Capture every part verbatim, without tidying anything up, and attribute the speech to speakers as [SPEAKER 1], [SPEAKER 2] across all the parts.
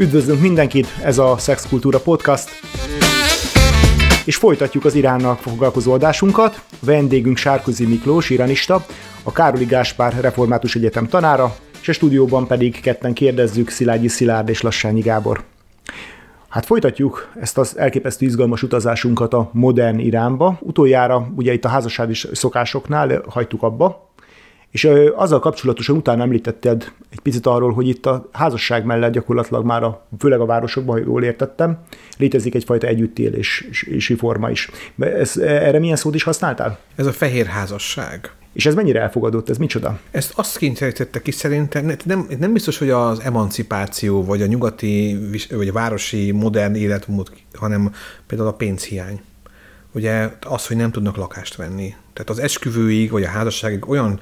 [SPEAKER 1] Üdvözlünk mindenkit, ez a Szexkultúra Podcast, és folytatjuk az Iránnal foglalkozó adásunkat. Vendégünk Sárközi Miklós, iranista, a Károli Gáspár Református Egyetem tanára, és a stúdióban pedig ketten kérdezzük Szilágyi Szilárd és Lassányi Gábor. Hát folytatjuk ezt az elképesztő izgalmas utazásunkat a modern Iránba. Utoljára ugye itt a házassági szokásoknál hagytuk abba, és azzal kapcsolatosan utána említetted egy picit arról, hogy itt a házasság mellett gyakorlatilag már a, főleg a városokban, ha jól értettem, létezik egyfajta együttélési forma is. Ez, erre milyen szót is használtál?
[SPEAKER 2] Ez a fehér házasság.
[SPEAKER 1] És ez mennyire elfogadott? Ez micsoda?
[SPEAKER 2] Ezt azt kényszerítette ki szerintem, nem, nem biztos, hogy az emancipáció, vagy a nyugati, vagy a városi modern életmód, hanem például a pénzhiány. Ugye az, hogy nem tudnak lakást venni. Tehát az esküvőig, vagy a házasságig olyan,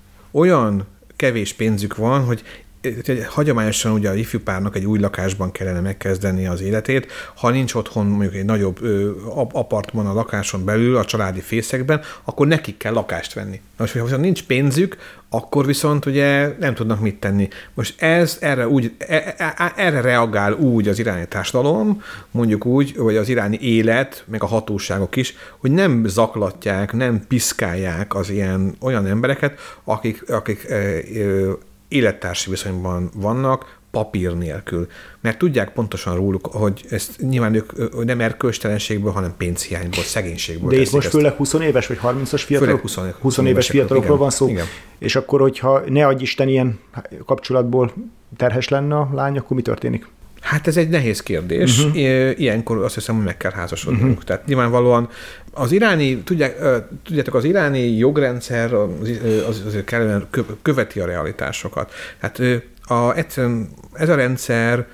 [SPEAKER 2] olyan kevés pénzük van, hogy hagyományosan ugye a ifjúpárnak egy új lakásban kellene megkezdeni az életét, ha nincs otthon mondjuk egy nagyobb ö, apartman a lakáson belül, a családi fészekben, akkor nekik kell lakást venni. Most, ha nincs pénzük, akkor viszont ugye nem tudnak mit tenni. Most ez erre, úgy, erre reagál úgy az iráni társadalom, mondjuk úgy, vagy az iráni élet, meg a hatóságok is, hogy nem zaklatják, nem piszkálják az ilyen olyan embereket, akik, akik ö, ö, élettársi viszonyban vannak, papír nélkül. Mert tudják pontosan róluk, hogy ezt nyilván ők nem erkölcstelenségből, hanem pénzhiányból, szegénységből.
[SPEAKER 1] De itt most főleg húsz éves vagy harmincas fiatalok?
[SPEAKER 2] húsz,
[SPEAKER 1] húsz éves fiatalokról van szó.
[SPEAKER 2] Igen.
[SPEAKER 1] És akkor, hogyha ne adj Isten ilyen kapcsolatból terhes lenne a lány, akkor mi történik?
[SPEAKER 2] Hát ez egy nehéz kérdés. Uh-huh. Ilyenkor azt hiszem, hogy meg kell házasodnunk. Uh-huh. Tehát nyilvánvalóan az iráni, tudják, tudjátok, az iráni jogrendszer az, az, az kellene követi a realitásokat. Tehát a, egyszerűen ez a rendszer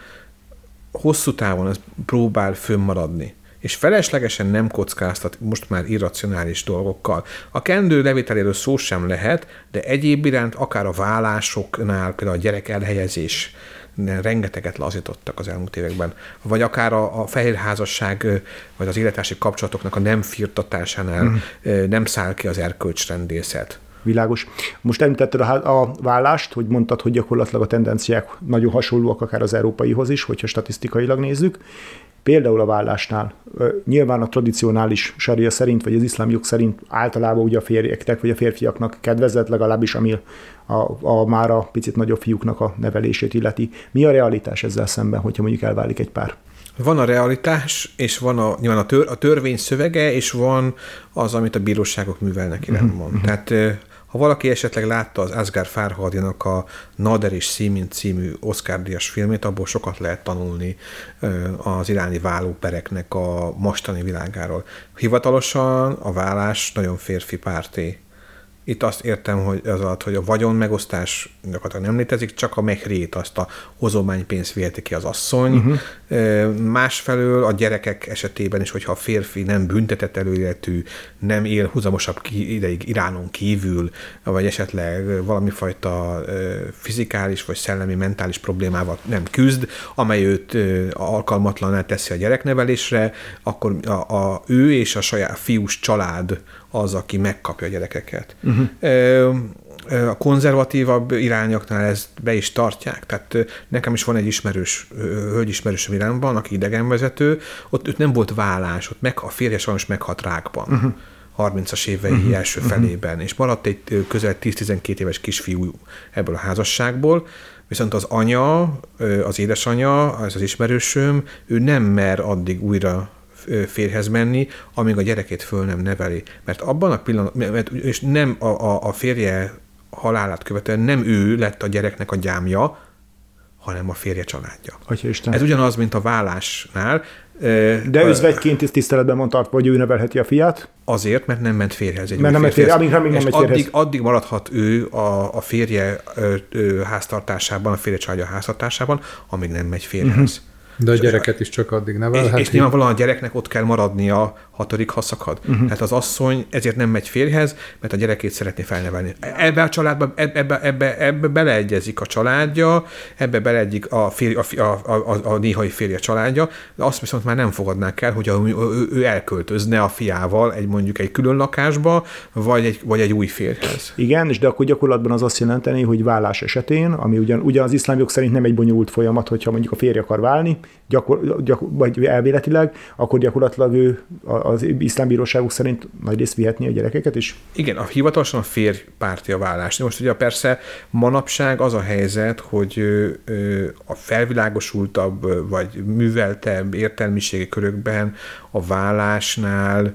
[SPEAKER 2] hosszú távon ez próbál fönnmaradni, és feleslegesen nem kockáztat most már irracionális dolgokkal. A kendő levételéről szó sem lehet, de egyéb iránt akár a vállásoknál, például a gyerek elhelyezés, rengeteget lazítottak az elmúlt években. Vagy akár a, a fehérházasság, vagy az élettársi kapcsolatoknak a nem firtatásánál mm. nem száll ki az erkölcsrendészet.
[SPEAKER 1] Világos. Most említetted a, a vállást, hogy mondtad, hogy gyakorlatilag a tendenciák nagyon hasonlóak akár az európaihoz is, hogyha statisztikailag nézzük. Például a vállásnál, nyilván a tradicionális saria szerint, vagy az iszlám jog szerint általában ugye a férjeknek, vagy a férfiaknak kedvezett, legalábbis ami a, a már a picit nagyobb fiúknak a nevelését illeti. Mi a realitás ezzel szemben, hogyha mondjuk elválik egy pár?
[SPEAKER 2] Van a realitás, és van a, nyilván a, tör, a törvény szövege, és van az, amit a bíróságok művelnek Iránban. Uh-huh. Tehát ha valaki esetleg látta az Asghar Farhadinak a Nader és Simin című Oscar-díjas filmét, abból sokat lehet tanulni az iráni vállópereknek a mostani világáról. Hivatalosan a vállás nagyon férfi párti. Itt azt értem, hogy az alatt, hogy a vagyon megosztás gyakorlatilag nem létezik, csak a mehrét, azt a hozománypénzt viheti ki az asszony. Uh-huh. Másfelől a gyerekek esetében is, hogyha a férfi nem büntetett előéletű, nem él húzamosabb ideig Iránon kívül, vagy esetleg valamifajta fizikális vagy szellemi, mentális problémával nem küzd, amely őt alkalmatlaná teszi a gyereknevelésre, akkor a, a, ő és a saját fiús család az, aki megkapja a gyerekeket. Uh-huh. A konzervatívabb irányoknál ezt be is tartják. Tehát nekem is van egy ismerős, hölgyismerősöm Iránban, aki idegenvezető, ott, ott nem volt vállás, ott meg, a férje sajnos meghalt rákban. Uh-huh. harmincas évei uh-huh. első uh-huh. felében, és maradt egy közel tíz-tizenkét éves kisfiú ebből a házasságból, viszont az anya, az édesanyja, az az ismerősöm, ő nem mer addig újra férjhez menni, amíg a gyerekét föl nem neveli. Mert abban a pillanatban, és nem a, a, a férje halálát követően nem ő lett a gyereknek a gyámja, hanem a férje családja. Ez ugyanaz, mint a vállásnál.
[SPEAKER 1] De özvegyként tiszteletben van tartva, hogy ő nevelheti a fiát?
[SPEAKER 2] Azért, mert nem ment férjhez. Egy
[SPEAKER 1] mert nem ment férjhez. Amíg nem,
[SPEAKER 2] és
[SPEAKER 1] nem
[SPEAKER 2] addig, addig maradhat ő a, a férje ö, ö, háztartásában, a férje családja háztartásában, amíg nem megy férjhez. Uh-huh.
[SPEAKER 3] De a gyereket is csak addig nevelheti.
[SPEAKER 2] És, és nyilvánvalóan a gyereknek ott kell maradnia, ha hatodik ha szakad. Uh-huh. Tehát az asszony ezért nem megy férjhez, mert a gyerekét szeretné felnevelni. Ebbe a családba, ebbe, ebbe, ebbe beleegyezik a családja, ebbe beleegyezik a, férj, a, a, a, a néhai férje családja, de azt viszont már nem fogadnák el, hogy a, ő, ő elköltözne a fiával egy mondjuk egy külön lakásba, vagy egy, vagy egy új férjhez.
[SPEAKER 1] Igen, és de akkor gyakorlatban az azt jelenteni, hogy vállás esetén, ami ugyan, ugyan az iszlám jog szerint nem egy bonyolult folyamat, hogyha mondjuk a férj akar válni, gyakor, gyakor, vagy elvéletileg, akkor gyakorlatilag ő az iszlám bíróságok szerint nagyrészt vihetni a gyerekeket is.
[SPEAKER 2] Igen, a hivatalosan a férj párti a vállás. Most ugye persze manapság az a helyzet, hogy a felvilágosultabb, vagy műveltebb értelmiségi körökben a vállásnál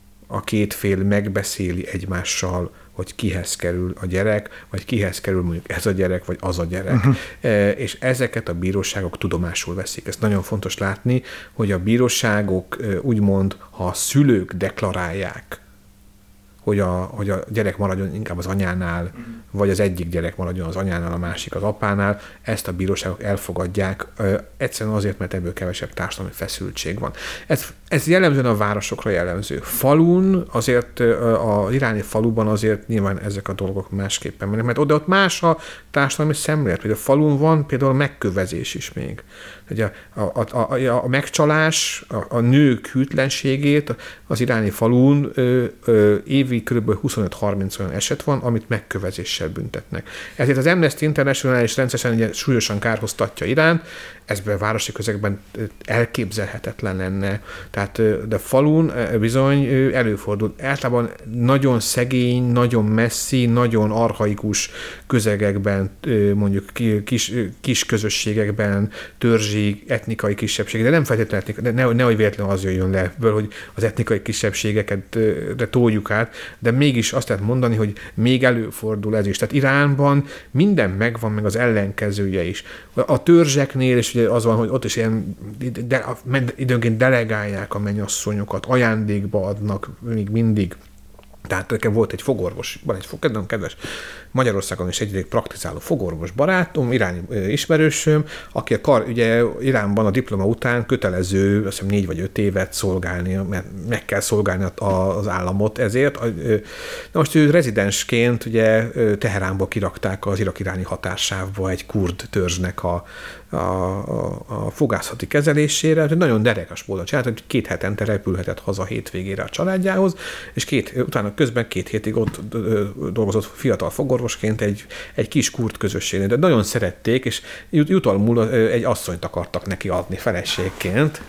[SPEAKER 2] a két fél megbeszéli egymással, hogy kihez kerül a gyerek, vagy kihez kerül mondjuk ez a gyerek, vagy az a gyerek. Uh-huh. E, és ezeket a bíróságok tudomásul veszik. Ez nagyon fontos látni, hogy a bíróságok úgymond, ha a szülők deklarálják, hogy a, hogy a gyerek maradjon inkább az anyánál, uh-huh. vagy az egyik gyerek maradjon az anyánál, a másik az apánál, ezt a bíróságok elfogadják, egyszerűen azért, mert ebből kevesebb társadalmi feszültség van. Ez, ez jellemzően a városokra jellemző. Falun azért, az iráni faluban azért nyilván ezek a dolgok másképpen mennek, mert oda ott más a társadalmi szemlélet. Például a falun van például megkövezés is még. Ugye a, a, a, a megcsalás, a, a nők hűtlenségét az iráni falun ö, ö, évi kb. huszonöt-harminc olyan eset van, amit megkövezéssel büntetnek. Ezért az Amnesty International is rendszeresen ugye, súlyosan kárhoztatja Iránt, ezben a városi közegben elképzelhetetlen lenne. Tehát, de falun bizony előfordul. Általában nagyon szegény, nagyon messzi, nagyon archaikus közegekben, mondjuk kis, kis közösségekben, törzsi, etnikai kisebbségek, de nem feltétlenül etnikai, de ne, nehogy véletlenül az jöjjön le ebből, hogy az etnikai kisebbségeket de toljuk át, de mégis azt lehet mondani, hogy még előfordul ez is. Tehát Iránban minden megvan, meg az ellenkezője is. A törzseknél is az van, hogy ott is ilyen de, időnként delegálják a mennyasszonyokat, ajándékba adnak még mindig. Tehát nekem volt egy fogorvos, van egy nagyon kedves Magyarországon is egyik praktizáló fogorvos barátom, iráni ismerősöm, aki a kar, ugye Iránban a diploma után kötelező, azt hiszem négy vagy öt évet szolgálni, mert meg kell szolgálni az államot ezért. Na most ő rezidensként ugye Teheránból kirakták az irak-iráni határsávba egy kurd törzsnek a, a, a, a fogászati kezelésére. Nagyon derekas módon csinált, hogy két hetente repülhetett haza hétvégére a családjához, és két, utána közben két hétig ott dolgozott fiatal fogorvosként egy, egy kis kurd közösségnél, de nagyon szerették, és jutalmul egy asszonyt akartak neki adni feleségként.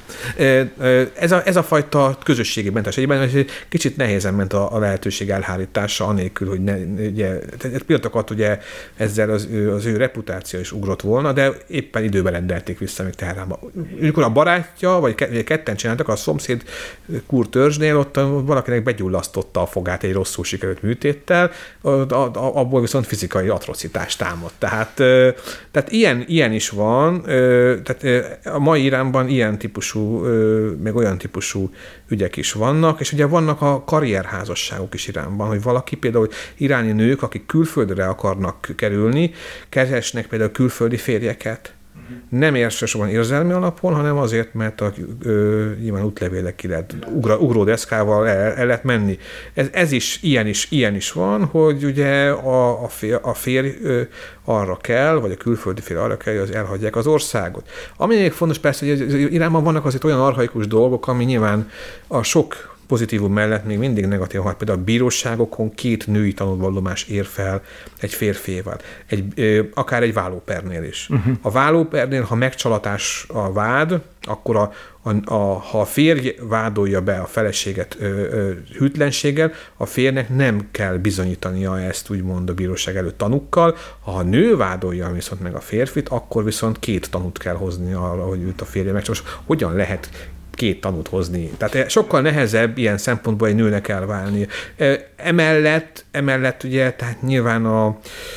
[SPEAKER 2] Ez a, ez a fajta közösségi mentességben kicsit nehézen ment a, a lehetőség elhárítása, anélkül, hogy ne, ugye, pillanatokat ugye ezzel az, az ő reputáció is ugrott volna, de éppen időben rendelték vissza még Teheránba. Amikor a barátja, vagy ketten csináltak, a szomszéd kurd törzsnél, ott valakinek begyullasztotta a fogát egy rosszul sikerült műtéttel, abból viszont fizikai atrocitást támad. Tehát, tehát ilyen, ilyen is van, tehát a mai Iránban ilyen típusú, meg olyan típusú ügyek is vannak, és ugye vannak a karrierházasságok is Iránban, hogy valaki például iráni nők, akik külföldre akarnak kerülni, keresnek például külföldi férjeket. Nem elsősorban érzelmi alapon, hanem azért, mert a, ö, nyilván útlevélek ki lehet, ugra, ugródeszkával el, el lehet menni. Ez, ez is, ilyen is, ilyen is van, hogy ugye a, a, fér, a férj ö, arra kell, vagy a külföldi férj arra kell, hogy az elhagyják az országot. Ami még fontos persze, hogy az Iránban vannak azért olyan archaikus dolgok, ami nyilván a sok pozitívum mellett még mindig negatív, hogy például a bíróságokon két női tanúvallomás ér fel egy férfiével. Egy, ö, akár egy vállópernél is. Uh-huh. A vállópernél, ha megcsalatás a vád, akkor a, a, a, ha a férj vádolja be a feleséget ö, ö, hűtlenséggel, a férjnek nem kell bizonyítania ezt úgymond a bíróság előtt tanukkal. Ha a nő vádolja viszont meg a férfit, akkor viszont két tanút kell hozni arra, hogy őt a férje megcsalás. Hogyan lehet két tanút hozni. Tehát sokkal nehezebb ilyen szempontból egy nőnek elválni. Emellett, emellett ugye, tehát nyilván a,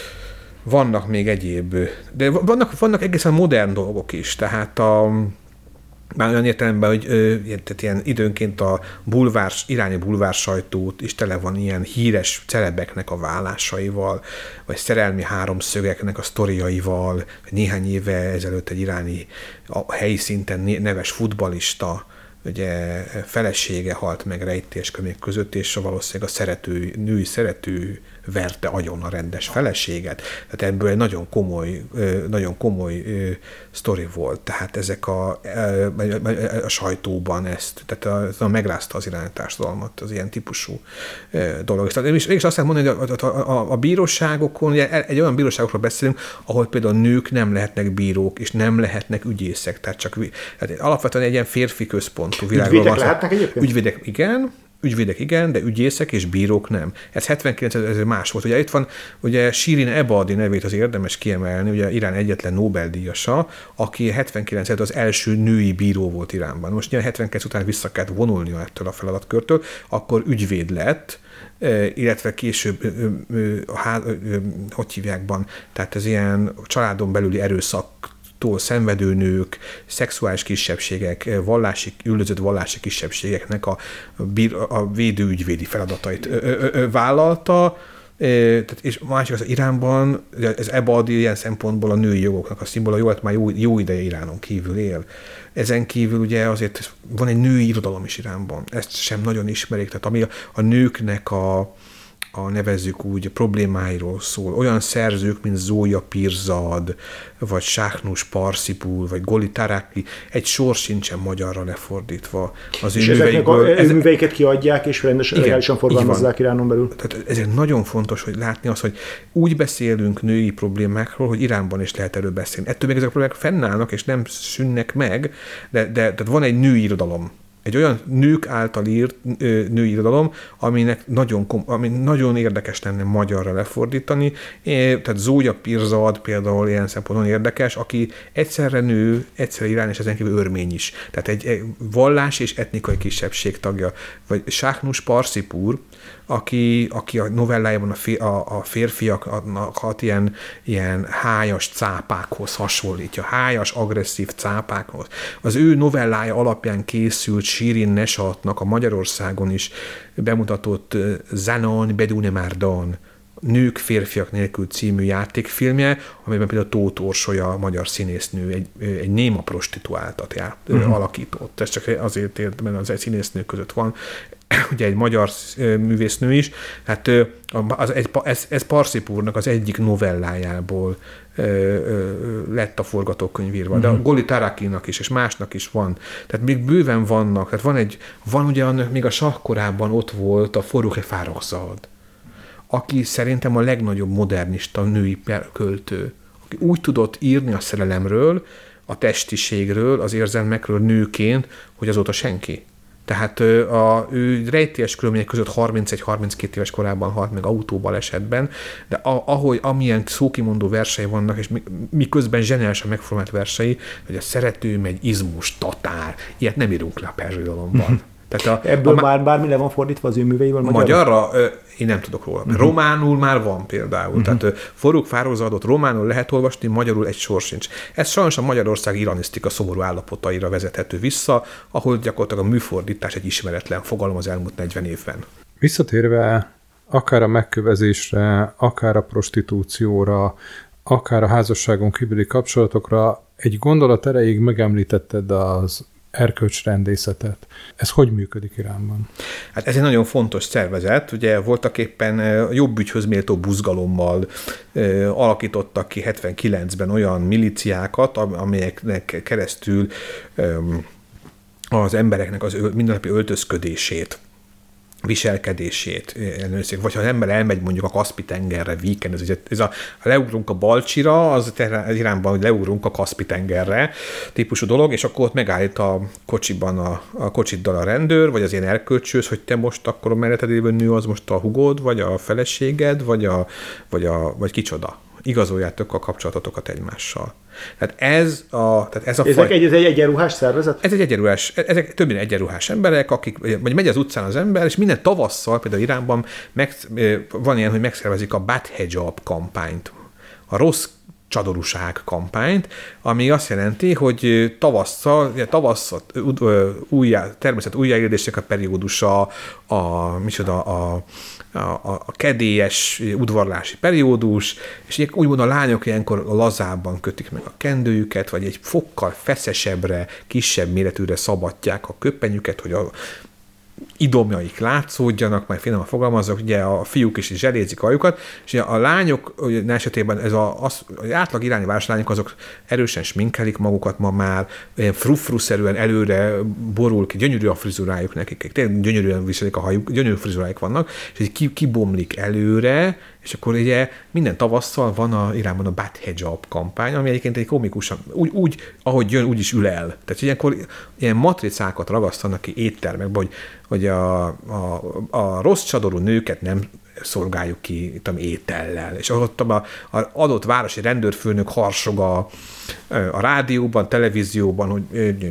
[SPEAKER 2] vannak még egyéb, de vannak, vannak egészen modern dolgok is, tehát a már olyan értelemben, hogy ö, tehát ilyen időnként a bulvár, iráni bulvár sajtót is tele van ilyen híres celebeknek a vállásaival, vagy szerelmi háromszögeknek a sztoriaival, vagy néhány éve ezelőtt egy iráni a helyi szinten neves futballista ugye felesége halt meg rejtéskönyvek között, és valószínűleg a szerető, női szerető verte agyon a rendes feleséget. Tehát ebből egy nagyon komoly, nagyon komoly sztori volt. Tehát ezek a, a, a sajtóban ezt, tehát a, a megrázta az iránytársadalmat, az ilyen típusú dolog. Tehát én is, én is azt mondani, hogy a, a, a, a bíróságokon, ugye egy olyan bíróságokról beszélünk, ahol például nők nem lehetnek bírók, és nem lehetnek ügyészek. Tehát csak tehát alapvetően egy ilyen férfi központú világról
[SPEAKER 1] van. Ügyvédek lehetnek egyébként?
[SPEAKER 2] Ügyvédek, igen. Ügyvédek igen, de ügyészek és bírók nem. Ez hetvenkilencben ez más volt. Ugye itt van, ugye Shirin Ebadi nevét az érdemes kiemelni, ugye Irán egyetlen Nobel-díjasa, aki hetvenkilencben az első női bíró volt Iránban. Most ugye hetvenkilenc után vissza kellett vonulnia ettől a feladatkörtől, akkor ügyvéd lett, illetve később, hogy hívjákban, tehát ez ilyen családon belüli erőszak szenvedő nők, szexuális kisebbségek, vallási, üldözött vallási kisebbségeknek a, a védőügyvédi feladatait ö, ö, ö, vállalta, e, tehát, és másik az Iránban, ez Ebadi ilyen szempontból a női jogoknak a szimbóla, jó, már jó, jó ideje Iránon kívül él. Ezen kívül ugye azért van egy női irodalom is Iránban, ezt sem nagyon ismerik, tehát ami a, a nőknek a a nevezzük úgy, problémáiról szól. Olyan szerzők, mint Zoya Pirzad, vagy Shahnuz Parsipur, vagy Goli Taraki, egy sor sincsen magyarra lefordítva. Az
[SPEAKER 1] és ezeknek a ez, műveiket kiadják, és rendesen legálisan forgalmazzák Iránon belül.
[SPEAKER 2] Tehát ezért nagyon fontos, hogy látni azt, hogy úgy beszélünk női problémákról, hogy Iránban is lehet erről beszélni. Ettől még ezek a problémák fennállnak, és nem szűnnek meg, de, de tehát van egy női irodalom. Egy olyan nők által írt női irodalom, aminek nagyon, ami nagyon érdekes lenne magyarra lefordítani. Tehát Zoya Pirzad például ilyen szempontból érdekes, aki egyszerre nő, egyszerre irán, és ezen kívül örmény is. Tehát egy, egy vallás és etnikai kisebbség tagja. Vagy Shahnuz Parsipur, aki, aki a novellájában a, fér, a, a férfiakat ilyen, ilyen hájas cápákhoz hasonlítja, hájas, agresszív cápákhoz. Az ő novellája alapján készült Shirin Neshatnak a Magyarországon is bemutatott Zanon Bedune Mardan, Nők férfiak nélkül című játékfilmje, amiben például Tóth Orsolya, a magyar színésznő, egy, egy néma prostituáltat ját, uh-huh. alakított. Ez csak azért ért, mert az egy színésznők között van, ugye egy magyar művésznő is. Hát az, ez, ez Parsipurnak az egyik novellájából lett a forgatókönyv írva. De a Goli Tarakinak is, és másnak is van. Tehát még bőven vannak. Tehát van egy, van ugyan, még a sakkorában ott volt a Forruh Farrokhzad, aki szerintem a legnagyobb modernista női költő, aki úgy tudott írni a szerelemről, a testiségről, az érzelmekről nőként, hogy azóta senki. Tehát a, ő rejtélyes körülmények között harmincegy-harminckét éves korában halt meg autóbalesetben, de a, ahogy amilyen szókimondó versei vannak, és miközben zseniálisan megformált versei, hogy a szerető megy izmus, tatár, ilyet nem írunk le a perzsőirodalomban.
[SPEAKER 1] Tehát a, Ebből a, már bármi le van fordítva az ő műveiből
[SPEAKER 2] magyarra? Magyarra? Én nem tudok róla. Uh-huh. Románul már van például. Uh-huh. Tehát Forruh Farrokhzadot románul lehet olvasni, magyarul egy sor sincs. Ez sajnos a Magyarország iranisztika szomorú állapotaira vezethető vissza, ahol gyakorlatilag a műfordítás egy ismeretlen fogalom az elmúlt negyven évben.
[SPEAKER 3] Visszatérve akár a megkövezésre, akár a prostitúcióra, akár a házasságon kívüli kapcsolatokra, egy gondolat erejéig megemlítetted az erkölcsrendészetet. Ez hogy működik Iránban?
[SPEAKER 2] Hát ez egy nagyon fontos szervezet, ugye voltak éppen jobb ügyhöz méltó buzgalommal ö, alakítottak ki hetvenkilencben olyan milíciákat, amelyeknek keresztül ö, az embereknek az mindennapi öltözködését, viselkedését ellenőrzik. Vagy ha az ember elmegy mondjuk a Kaszpi-tengerre víkend, ez, ez a, ha leugrunk a Balcsira, az Iránban, hogy leugrunk a Kaszpi-tengerre típusú dolog, és akkor ott megállít a kocsiban a, a kocsiddal a rendőr, vagy az ilyen erkölcsőz, hogy te most akkor a melletted lévő nő az most a hugod, vagy a feleséged, vagy, a, vagy, a, vagy kicsoda. Igazoljátok a kapcsolatotokat egymással. Tehát ez a, tehát ez a
[SPEAKER 1] Ezek faj... egy, ez egy egyenruhás szervezet?
[SPEAKER 2] Ez egy egyenruhás, ezek többnyire egyenruhás emberek, akik, vagy megy az utcán az ember, és minden tavasszal, például Iránban meg, van ilyen, hogy megszervezik a Bad Hijab kampányt, a rossz csadorúság kampányt, ami azt jelenti, hogy tavasszal, tavasszal újjá, természet újjáéledésnek a periódusa, a, micsoda, a a, a, a kedélyes udvarlási periódus, és úgymond a lányok ilyenkor lazábban kötik meg a kendőjüket, vagy egy fokkal feszesebbre, kisebb méretűre szabadják a köpenyüket, hogy a idomjaik látszódjanak, majd finoman fogalmazok, ugye a fiúk is zselézik aljukat, és a lányok esetében ez a, az, az átlag iráni városlányok azok erősen sminkelik magukat ma már, olyan frufru-szerűen előre borul ki, gyönyörű a frizurájuk nekik, tényleg gyönyörűen viselik a hajuk, gyönyörű frizurájuk vannak, és így kibomlik előre, és akkor ugye minden tavasszal van a Iránban a Bat Hijab kampány, ami egyébként egy komikusan, úgy, úgy ahogy jön, úgy is ül el. Tehát ilyenkor ilyen matricákat ragasztanak ki éttermekbe, hogy, hogy a, a, a rossz csadorú nőket nem szolgáljuk ki tudom, étellel. És ott az adott városi rendőrfőnök harsog a, a rádióban, televízióban, hogy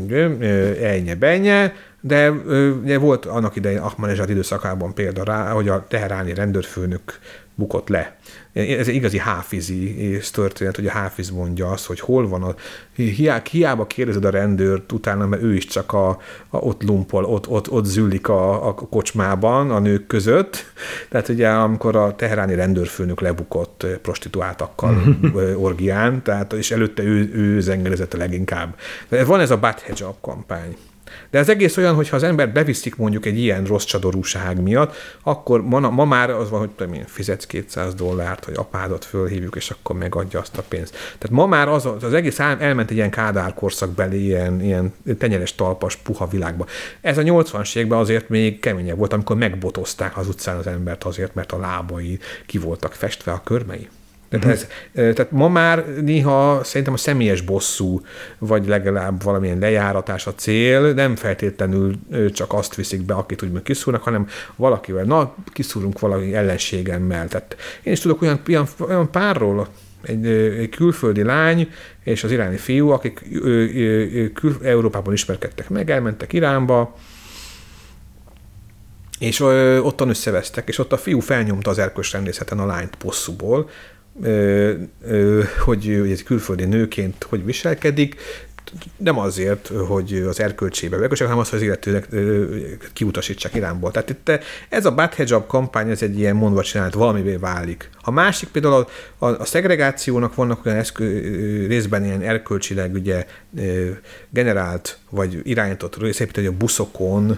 [SPEAKER 2] ennye, benye, de ugye volt annak idején Ahmadinejad időszakában példa rá, hogy a teheráni rendőrfőnök bukott le. Ez egy igazi háfizi történet, hogy a háfiz mondja azt, hogy hol van a... Hiába kérdezed a rendőrt utána, mert ő is csak a, a, ott lumpol, ott, ott, ott züllik a, a kocsmában a nők között. Tehát ugye amikor a teheráni rendőrfőnök lebukott prostituáltakkal orgián, tehát, és előtte ő, ő zengerezett a leginkább. De van ez a Bat Hijab kampány. De ez egész olyan, hogyha az ember beviszik mondjuk egy ilyen rossz csadorúság miatt, akkor ma, ma már az van, hogy tudom én, fizetsz kétszáz dollárt, hogy apádat fölhívjuk, és akkor megadja azt a pénzt. Tehát ma már az, az egész elment egy ilyen Kádár korszakbeli, ilyen, ilyen tenyeres, talpas, puha világba. Ez a nyolcvanas években azért még keményebb volt, amikor megbotozták az utcán az embert azért, mert a lábai ki voltak festve, a körmei. Tehát, ez, tehát ma már néha szerintem a személyes bosszú, vagy legalább valamilyen lejáratás a cél, nem feltétlenül csak azt viszik be, akit úgymond kiszúrnak, hanem valakivel, na, kiszúrunk valami ellenségemmel. Tehát én is tudok olyan, olyan, olyan párról, egy, egy külföldi lány és az iráni fiú, akik kül, Európában ismerkedtek meg, elmentek Iránba, és ottan összevesztek, és ott a fiú felnyomta az erkölcsrendészeten a lányt bosszúból, Ö, ö, hogy, hogy egy külföldi nőként hogy viselkedik, nem azért, hogy az erkölcsébe vegosság, hanem az, hogy az illetőnek kiutasítsák Iránból. Tehát itt ez a Bat Hijab kampány, ez egy ilyen mondva csinált, valamivé válik. A másik például a, a, a szegregációnak vannak olyan eszkö, részben ilyen erkölcsileg ugye generált, vagy irányított részét, hogy a buszokon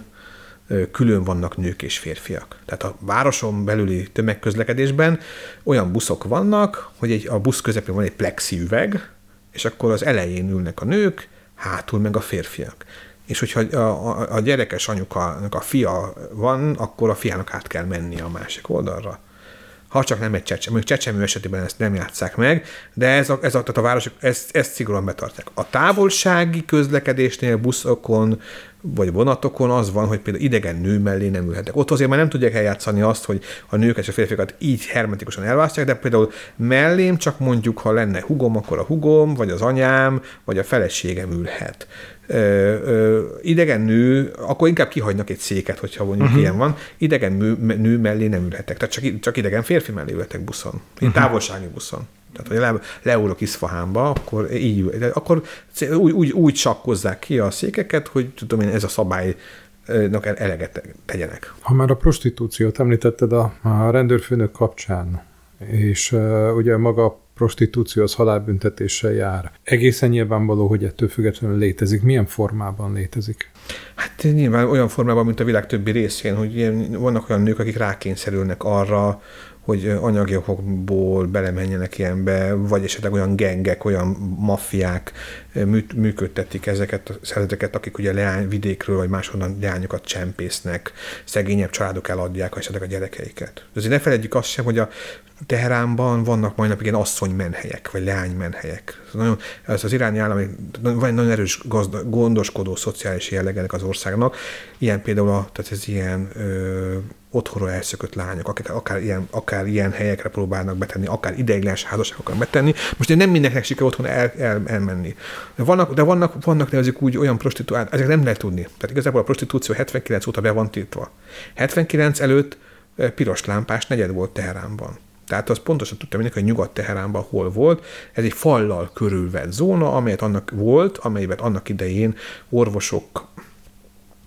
[SPEAKER 2] külön vannak nők és férfiak. Tehát a városon belüli tömegközlekedésben olyan buszok vannak, hogy egy, a busz közepén van egy plexi üveg, és akkor az elején ülnek a nők, hátul meg a férfiak. És hogyha a, a, a gyerekes anyukának a fia van, akkor a fiának át kell mennie a másik oldalra. Ha csak nem egy csecsemő, mondjuk csecsemő esetében ezt nem játsszák meg, de ez a, ez a, tehát a városok ezt, ezt szigorúan betartják. A távolsági közlekedésnél, buszokon vagy vonatokon az van, hogy például idegen nő mellé nem ülhetek. Ott azért már nem tudják eljátszani azt, hogy a nőket és a férfiakat így hermetikusan elválasztják, de például mellém csak mondjuk, ha lenne hugom, akkor a hugom, vagy az anyám, vagy a feleségem ülhet. Ö, ö, idegen nő, akkor inkább kihagynak egy széket, hogyha mondjuk uh-huh. ilyen van, idegen nő, nő mellé nem ülhetek. Tehát csak, csak idegen férfi mellé ülhetek buszon. Uh-huh. Távolsági buszon. Tehát, hogy le, leúrok Iszfahánba, akkor így ül. De akkor úgy, úgy, úgy sakkozzák ki a székeket, hogy tudom én, ez a szabálynak eleget tegyenek.
[SPEAKER 3] Ha már a prostitúciót említetted a, a rendőrfőnök kapcsán, és uh, ugye maga a prostitúció az halálbüntetéssel jár. Egészen nyilvánvaló, hogy ettől függetlenül létezik. Milyen formában létezik?
[SPEAKER 2] Hát nyilván olyan formában, mint a világ többi részén, hogy ilyen, vannak olyan nők, akik rákényszerülnek arra, hogy anyagi okokból belemenjenek ilyenbe, vagy esetleg olyan gengek, olyan maffiák működtetik ezeket a szervezeteket, akik ugye leányvidékről vagy máshonnan leányokat csempésznek, szegényebb családok eladják esetleg a gyerekeiket. De azért ne feledjük azt sem, hogy a Teheránban vannak majd napig ilyen asszonymenhelyek, vagy leánymenhelyek. Nagyon, ez az iráni állam van egy nagyon erős gazda, gondoskodó szociális jellegenek az országnak. Ilyen például, a, tehát ez ilyen ö, otthonról elszökött lányok, akik akár ilyen, akár ilyen helyekre próbálnak betenni, akár ideiglenes házasságokat betenni. Most nem mindenkinek sikerül otthon el, el, elmenni. De vannak, de vannak, vannak nevezik úgy olyan prostituált, ezek nem lehet tudni. Tehát igazából a prostitúció hetvenkilenc óta be van tiltva. hetvenkilenc előtt piros lámpás negyed volt Teheránban. Tehát az pontosan tudtam mindenki, hogy Nyugat-Teheránban hol volt. Ez egy fallal körülvett zóna, amelyet annak volt, amelyben annak idején orvosok,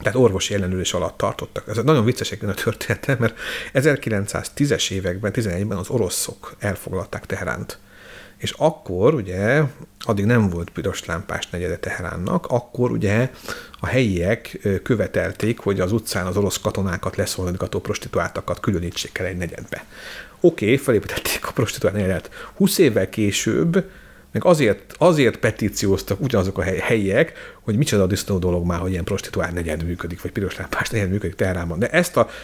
[SPEAKER 2] tehát orvosi ellenőrzés alatt tartottak. Ez nagyon vicces egy a története, mert ezerkilencszáztízes években, tizenegyben az oroszok elfoglalták Teheránt. És akkor ugye, addig nem volt piros lámpás negyede Teheránnak, akkor ugye a helyiek követelték, hogy az utcán az orosz katonákat leszolgató prostituáltakat különítsék el egy negyedbe. Oké, okay, felépítették a prostituált negyedet. húsz évvel később meg azért, azért petícióztak ugyanazok a helyiek, hogy micsoda disznó dolog már, hogy ilyen prostituált negyed működik, vagy piros lámpás negyed működik Teheránban. De ezt a,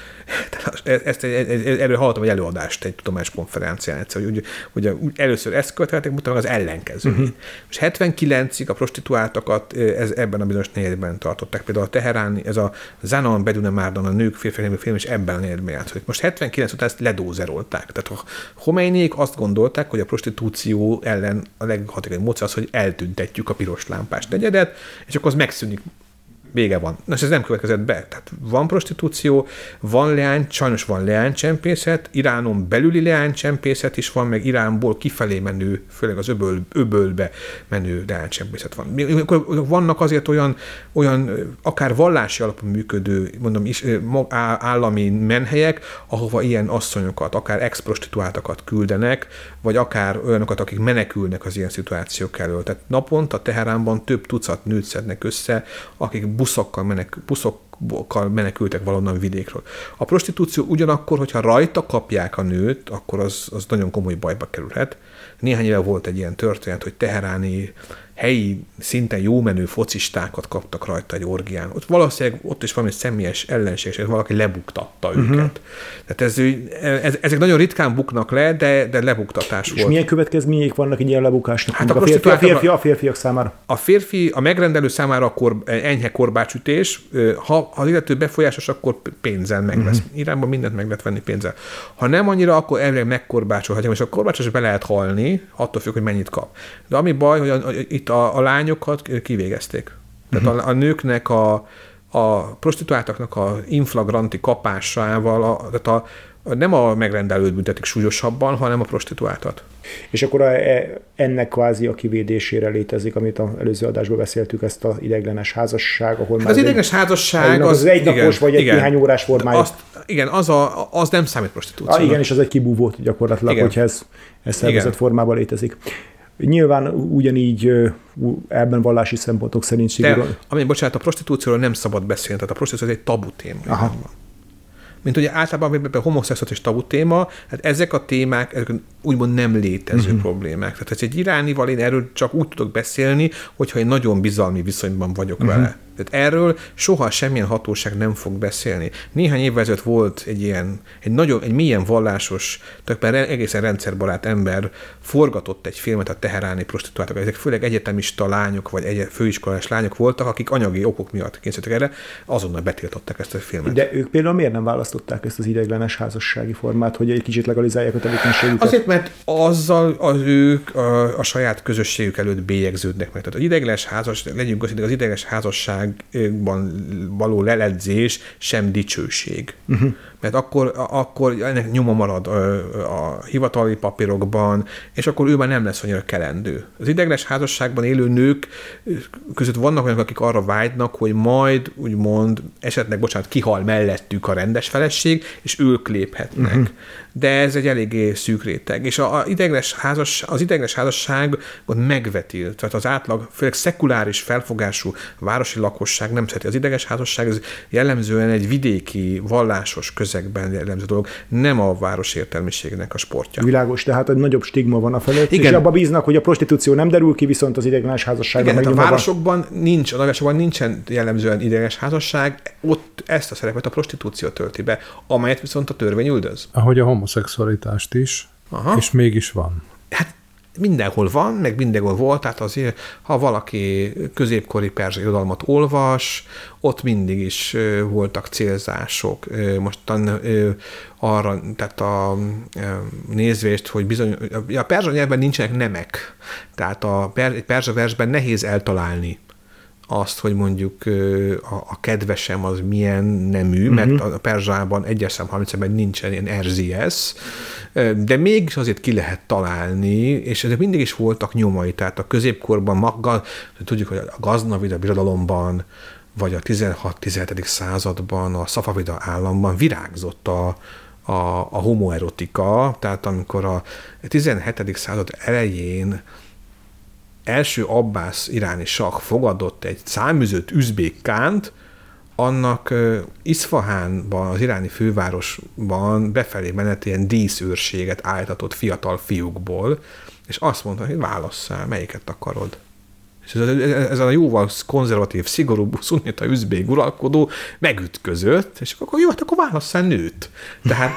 [SPEAKER 2] ezt, erről hallottam egy előadást egy tudományos konferencián egyszer, hogy ugye, először ezt követelték, utána az ellenkező. Uh-huh. És hetvenkilencig a prostituáltakat ez, ebben a bizonyos negyedben tartották. Például a teheráni, ez a Zanan Bedune Márdan, a nők férfiak film, és ebben a negyedben játszik. Most hetvenkilenc után ezt ledózerolták. Tehát a Khomeinék azt gondolták, hogy a prostitúció ellen a leghatékonyabb módszer az, hogy eltüntetjük a piros lámpás negyedet, és akkor az megszűnik. Vége van. Na, és ez nem következett be. Tehát van prostitúció, van leány, sajnos van leánycsempészet, Iránon belüli leánycsempészet is van, meg Iránból kifelé menő, főleg az öböl, öbölbe menő leánycsempészet van. Vannak azért olyan, olyan akár vallási alapon működő, mondom, is, állami menhelyek, ahova ilyen asszonyokat, akár ex-prostituáltakat küldenek, vagy akár olyanokat, akik menekülnek az ilyen szituációk elől. Tehát naponta Teheránban több tucat nőt szednek össze, akik buszokkal, menek, buszokkal menekültek valonnan vidékről. A prostitúció ugyanakkor, hogyha rajta kapják a nőt, akkor az, az nagyon komoly bajba kerülhet. Néhány éve volt egy ilyen történet, hogy teheráni helyi, szinten jómenő focistákat kaptak rajta egy orgián. Ott valószínűleg ott is valami személyes ellenség, és valaki lebuktatta uh-huh. őket. Tehát ez, ez, ezek nagyon ritkán buknak le, de, de lebuktatás
[SPEAKER 1] és
[SPEAKER 2] volt. És
[SPEAKER 1] milyen következmények vannak egy ilyen lebukásnak?
[SPEAKER 2] Hát a,
[SPEAKER 1] a, férfi, a, férfi, a férfiak számára?
[SPEAKER 2] A férfi, a megrendelő számára akkor enyhe korbácsütés. Ha, ha az illető befolyásos, akkor pénzzel megvesz. Uh-huh. Iránban mindent meg lehet venni pénzzel. Ha nem annyira, akkor elvileg megkorbácsolhatja, és a korbácsos be lehet halni, attól függ, hogy mennyit kap. De ami baj, hogy a, a, itt a, a lányokat kivégezték. Tehát uh-huh. a, a nőknek, a, a prostituáltaknak a inflagranti kapásával, a, tehát a, a, nem a megrendelőt büntetik súlyosabban, hanem a prostituáltat.
[SPEAKER 1] És akkor a, ennek kvázi a kivédésére létezik, amit az előző adásban beszéltük, ezt az ideiglenes házasság, ahol
[SPEAKER 2] hát már az ideiglenes házasság
[SPEAKER 1] az, az egy napos vagy egy
[SPEAKER 2] igen,
[SPEAKER 1] néhány órás formája.
[SPEAKER 2] Azt, igen, az, a, az nem számít prostitúciónak.
[SPEAKER 1] Ah, igen, és az egy kibúvót gyakorlatilag, igen. hogyha ez, ez szervezett formában létezik. Nyilván ugyanígy ebben vallási szempontok szerint szigorúan.
[SPEAKER 2] De, ami, bocsánat, a prostitúcióról nem szabad beszélni, tehát a prostitúció egy tabu téma. Mint ugye általában a homoszexuális tabu téma, hát ezek a témák, ezek úgymond nem létező uh-huh. problémák. Tehát ez egy iránival én erről csak úgy tudok beszélni, hogyha én nagyon bizalmi viszonyban vagyok uh-huh. vele. Tehát erről soha semmilyen hatóság nem fog beszélni. Néhány évvel ezelőtt volt egy ilyen, egy nagyon, egy mélyen vallásos, tulajdonképpen egészen rendszerbarát ember forgatott egy filmet a teheráni prostituáltak. Ezek főleg egyetemista lányok, vagy egy főiskolás lányok voltak, akik anyagi okok miatt kényszerültek erre, azonnal betiltották ezt a filmet.
[SPEAKER 1] De ők például miért nem választották ezt az ideiglenes házassági formát, hogy egy kicsit legalizálják a tevékenységüket?
[SPEAKER 2] Azért, mert azzal az ők a, a saját közösségük előtt bélyegződnek meg. Tehát az ideiglenes házasság, legyünk őszintén, az ideiglenes házasság való leledzés sem dicsőség. Uh-huh. Mert akkor, akkor ennek nyoma marad a hivatali papírokban, és akkor ő már nem lesz annyira kelendő. Az ideiglenes házasságban élő nők között vannak olyanok, akik arra vágynak, hogy majd úgymond esetleg, bocsánat, kihal mellettük a rendes feleség, és ők léphetnek. Uh-huh. De ez egy eléggé szűk réteg. És a, a ideiglenes házas, az ideiglenes házasságot megvetilt. Tehát az átlag, főleg szekuláris felfogású városi lakosság nem szereti. Az ideiglenes házasság ez jellemzően egy vidéki, vallásos közegben jellemző dolog, nem a város értelmiségnek a sportja.
[SPEAKER 1] Világos, tehát egy nagyobb stigma van a felett, igen. És abba bíznak, hogy a prostitúció nem derül ki, viszont az ideiglenes házasságban
[SPEAKER 2] igen, a városokban nincs, a városokban nincsen jellemzően ideiglenes házasság, ott ezt a szerepet a prostitúció tölti be, amelyet viszont a törvény üldöz.
[SPEAKER 3] Ahogy a homoszexualitást is, aha. És mégis van.
[SPEAKER 2] Hát mindenhol van, meg mindenhol volt, tehát azért, ha valaki középkori perzsa irodalmat olvas, ott mindig is voltak célzások. Mostan arra, tehát a nézvést, hogy bizony, a perzsa nyelvben nincsenek nemek, tehát a perzsa versben nehéz eltalálni azt, hogy mondjuk a, a kedvesem az milyen nemű, uh-huh. mert a perzsában egyes szám harmincben nincsen ilyen er zé es, de mégis azért ki lehet találni, és ezek mindig is voltak nyomai, tehát a középkorban, maga, tudjuk, hogy a Gaznavid a birodalomban, vagy a tizenhat-tizenhetedik században a Szafavida államban virágzott a, a, a homoerotika, tehát amikor a tizenhetedik század elején első abbász iráni sakh fogadott egy száműzött üzbék kánt, annak uh, Iszfahánban, az iráni fővárosban befelé menet ilyen díszőrséget állítatott fiatal fiúkból, és azt mondta, hogy válasszál, melyiket akarod. És ez, ez a jóval konzervatív, szigorú szunita üzbék uralkodó megütközött, és akkor jó, hát akkor válasszál nőt. Tehát,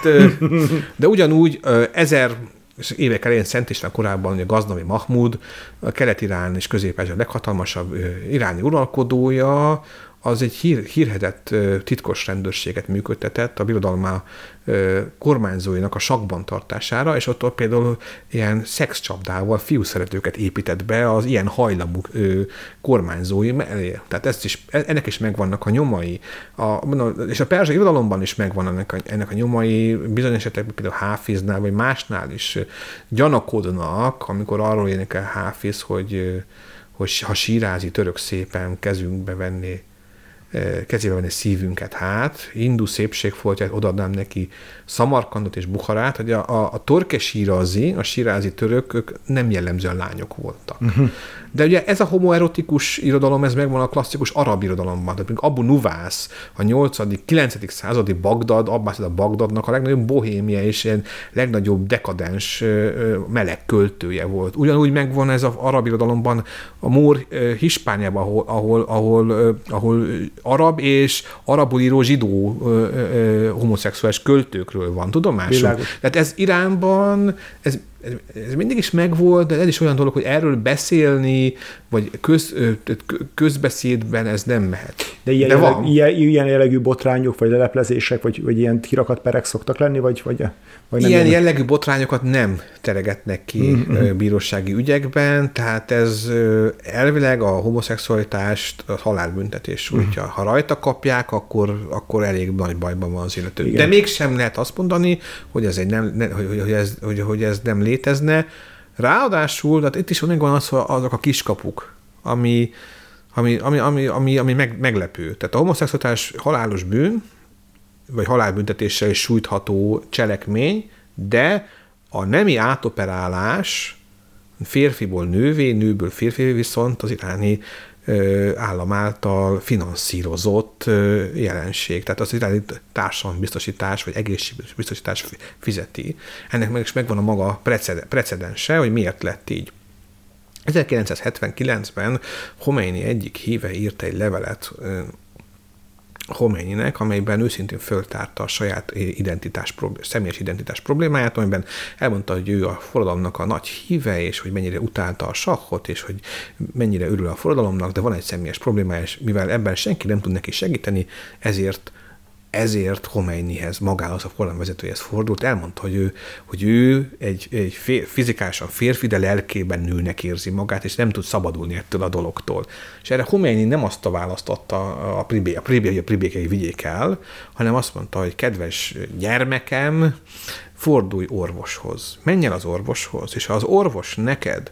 [SPEAKER 2] de ugyanúgy ezer évek elején Szent István korában a Gaznavi Mahmud, a Kelet-Irán és Közép-Ázsia leghatalmasabb iráni uralkodója, az egy hír, hírhedett titkos rendőrséget működtetett a birodalma kormányzóinak a sakban tartására, és ott például ilyen szexcsapdával fiúszeretőket épített be az ilyen hajlamú kormányzói mellé. Tehát ezt is, ennek is megvannak a nyomai. A, és a perzsa irodalomban is megvan ennek a, ennek a nyomai, bizonyos esetekben például Háfiznál, vagy másnál is gyanakodnak, amikor arról énekel Háfiz, hogy, hogy ha sírázi török szépen kezünkbe venné kezébe venni szívünket, hát hindu szépségfoltját odaadnám neki Szamarkandot és Bukharát, hogy a, a, a torke sírazi, a sírázi törökök nem jellemzően lányok voltak. Uh-huh. De ugye ez a homoerotikus irodalom, ez megvan a klasszikus arab irodalomban. Tehát Abu Nuvász, a nyolcadik kilencedik századi Bagdad, Abbászida Bagdadnak a legnagyobb bohémia és ilyen legnagyobb dekadens meleg költője volt. Ugyanúgy megvan ez az arab irodalomban a Mór Hispániában, ahol, ahol, ahol, ahol arab és arabul író zsidó homoszexuális költőkről van tudomásunk. Világos. Tehát ez Iránban, ez, ez mindig is megvolt, de ez is olyan dolog, hogy erről beszélni, vagy köz, közbeszédben ez nem mehet.
[SPEAKER 1] De ilyen, de jelleg, van. Ilyen, ilyen jellegű botrányok, vagy leleplezések, vagy, vagy ilyen kirakat perek szoktak lenni, vagy, vagy, vagy nem?
[SPEAKER 2] Ilyen ilyen jellegű botrányokat nem teregetnek ki mm-hmm. bírósági ügyekben, tehát ez elvileg a homoszexualitást a halálbüntetés sújtja. Mm-hmm. Ha rajta kapják, akkor, akkor elég nagy bajban van az illető. De mégsem lehet azt mondani, hogy ez, egy nem, ne, hogy, hogy, ez, hogy, hogy ez nem létezne. Ráadásul, tehát itt is van az, azok a kiskapuk, ami, ami, ami, ami, ami, ami meg, meglepő. Tehát a homoszexualitás halálos bűn, vagy halálbüntetéssel is sújtható cselekmény, de a nemi átoperálás férfiból nővé, nőből férfivé viszont az iráni állam által finanszírozott jelenség. Tehát az iráni társadalombiztosítás vagy egészségbiztosítás fizeti. Ennek meg is megvan a maga precedense, hogy miért lett így. ezerkilencszázhetvenkilencben Khomeini egyik híve írt egy levelet Khomeininek, amelyben őszintén föltárta a saját identitás, személyes identitás problémáját, amelyben elmondta, hogy ő a forradalomnak a nagy híve, és hogy mennyire utálta a sakkot, és hogy mennyire örül a forradalomnak, de van egy személyes problémája, és mivel ebben senki nem tud neki segíteni, ezért ezért Khomeinihez, magához, a forradalomvezetőjéhez fordult, elmondta, hogy ő, hogy ő egy, egy fér, fizikálisan férfi, de lelkében nőnek érzi magát, és nem tud szabadulni ettől a dologtól. És erre Khomeini nem azt a választ adta a pribé, a pribé, a pribékei vigyék el, hanem azt mondta, hogy kedves gyermekem, fordulj orvoshoz. Menj el az orvoshoz, és ha az orvos neked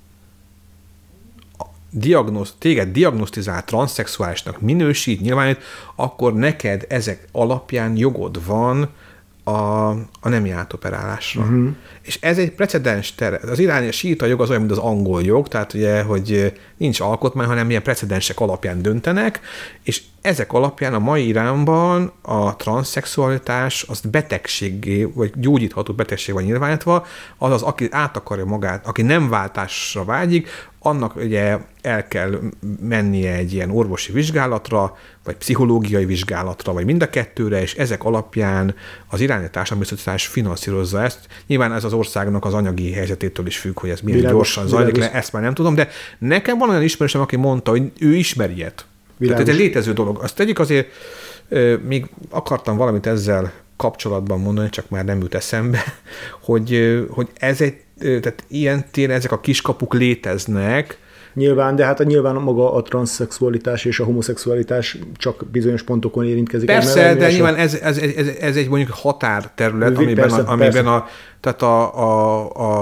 [SPEAKER 2] Diagnoz, téged diagnosztizált transzszexuálisnak minősít, nyilvánít, akkor neked ezek alapján jogod van a, a nemi átoperálásra. Uh-huh. És ez egy precedens tere. Az iráni síita jog az olyan, mint az angol jog, tehát ugye, hogy nincs alkotmány, hanem ilyen precedensek alapján döntenek, és ezek alapján a mai Iránban a transzszexualitás az betegségé, vagy gyógyítható betegség van nyilvánítva, azaz, aki át akarja magát, aki nem váltásra vágyik, annak ugye el kell mennie egy ilyen orvosi vizsgálatra, vagy pszichológiai vizsgálatra, vagy mind a kettőre, és ezek alapján az iráni társadalombiztosítás finanszírozza ezt. Nyilván ez az országnak az anyagi helyzetétől is függ, hogy ez milyen világos, gyorsan zajlik le, ezt már nem tudom, de nekem van olyan ismerősöm, aki mondta, hogy ő ismer ilyet. Tehát ez egy létező dolog. Azt tegyük azért, még akartam valamit ezzel kapcsolatban mondani, csak már nem jut eszembe, hogy, hogy ez egy, tehát ilyen téren ezek a kiskapuk léteznek.
[SPEAKER 1] Nyilván, de hát a nyilván maga a transzszexualitás és a homoszexualitás csak bizonyos pontokon érintkezik.
[SPEAKER 2] Persze, de nyilván ez, ez, ez, ez egy mondjuk határterület, amiben, persze, a, amiben persze. A, tehát a, a, a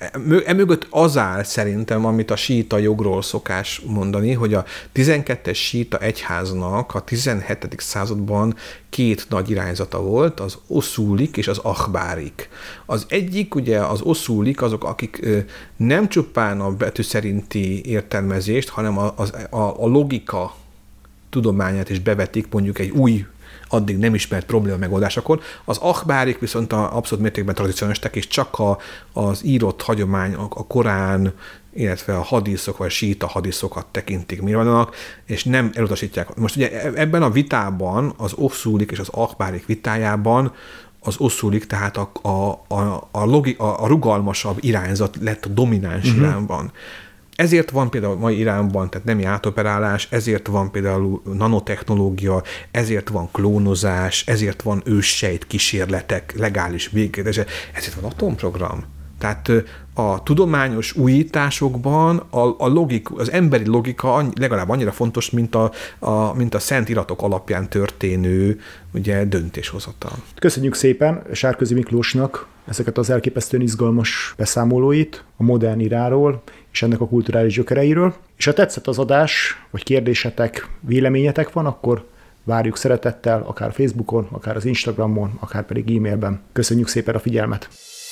[SPEAKER 2] emögött az áll szerintem, amit a síita jogról szokás mondani, hogy a tizenkettes síita egyháznak a tizenhetedik században két nagy irányzata volt, az oszúlik és az achbárik. Az egyik, ugye az oszúlik azok, akik nem csupán a betű szerinti értelmezést, hanem a, a, a logika tudományát is bevetik mondjuk egy új, addig nem ismert probléma megoldásakor. Az achbárik viszont a abszolút mértékben tradicionalisták, és csak a, az írott hagyomány, a, a Korán, illetve a hadiszok, vagy síita hadiszokat tekintik mirvananak, és nem elutasítják. Most ugye ebben a vitában, az oszúlik és az achbárik vitájában az oszúlik, tehát a, a, a, a, logi, a, a rugalmasabb irányzat lett a domináns uh-huh. Iránban. Ezért van például mai Iránban, tehát nemi átoperálás, ezért van például nanotechnológia, ezért van klónozás, ezért van őssejt kísérletek, legális végkérdése, ezért van atomprogram. Tehát a tudományos újításokban a, a logik, az emberi logika legalább annyira fontos, mint a, a, mint a szent iratok alapján történő ugye, döntéshozatal.
[SPEAKER 1] Köszönjük szépen Sárközi Miklósnak ezeket az elképesztően izgalmas beszámolóit a modern Iránról és ennek a kulturális gyökereiről. És ha tetszett az adás, vagy kérdésetek, véleményetek van, akkor várjuk szeretettel, akár Facebookon, akár az Instagramon, akár pedig e-mailben. Köszönjük szépen a figyelmet!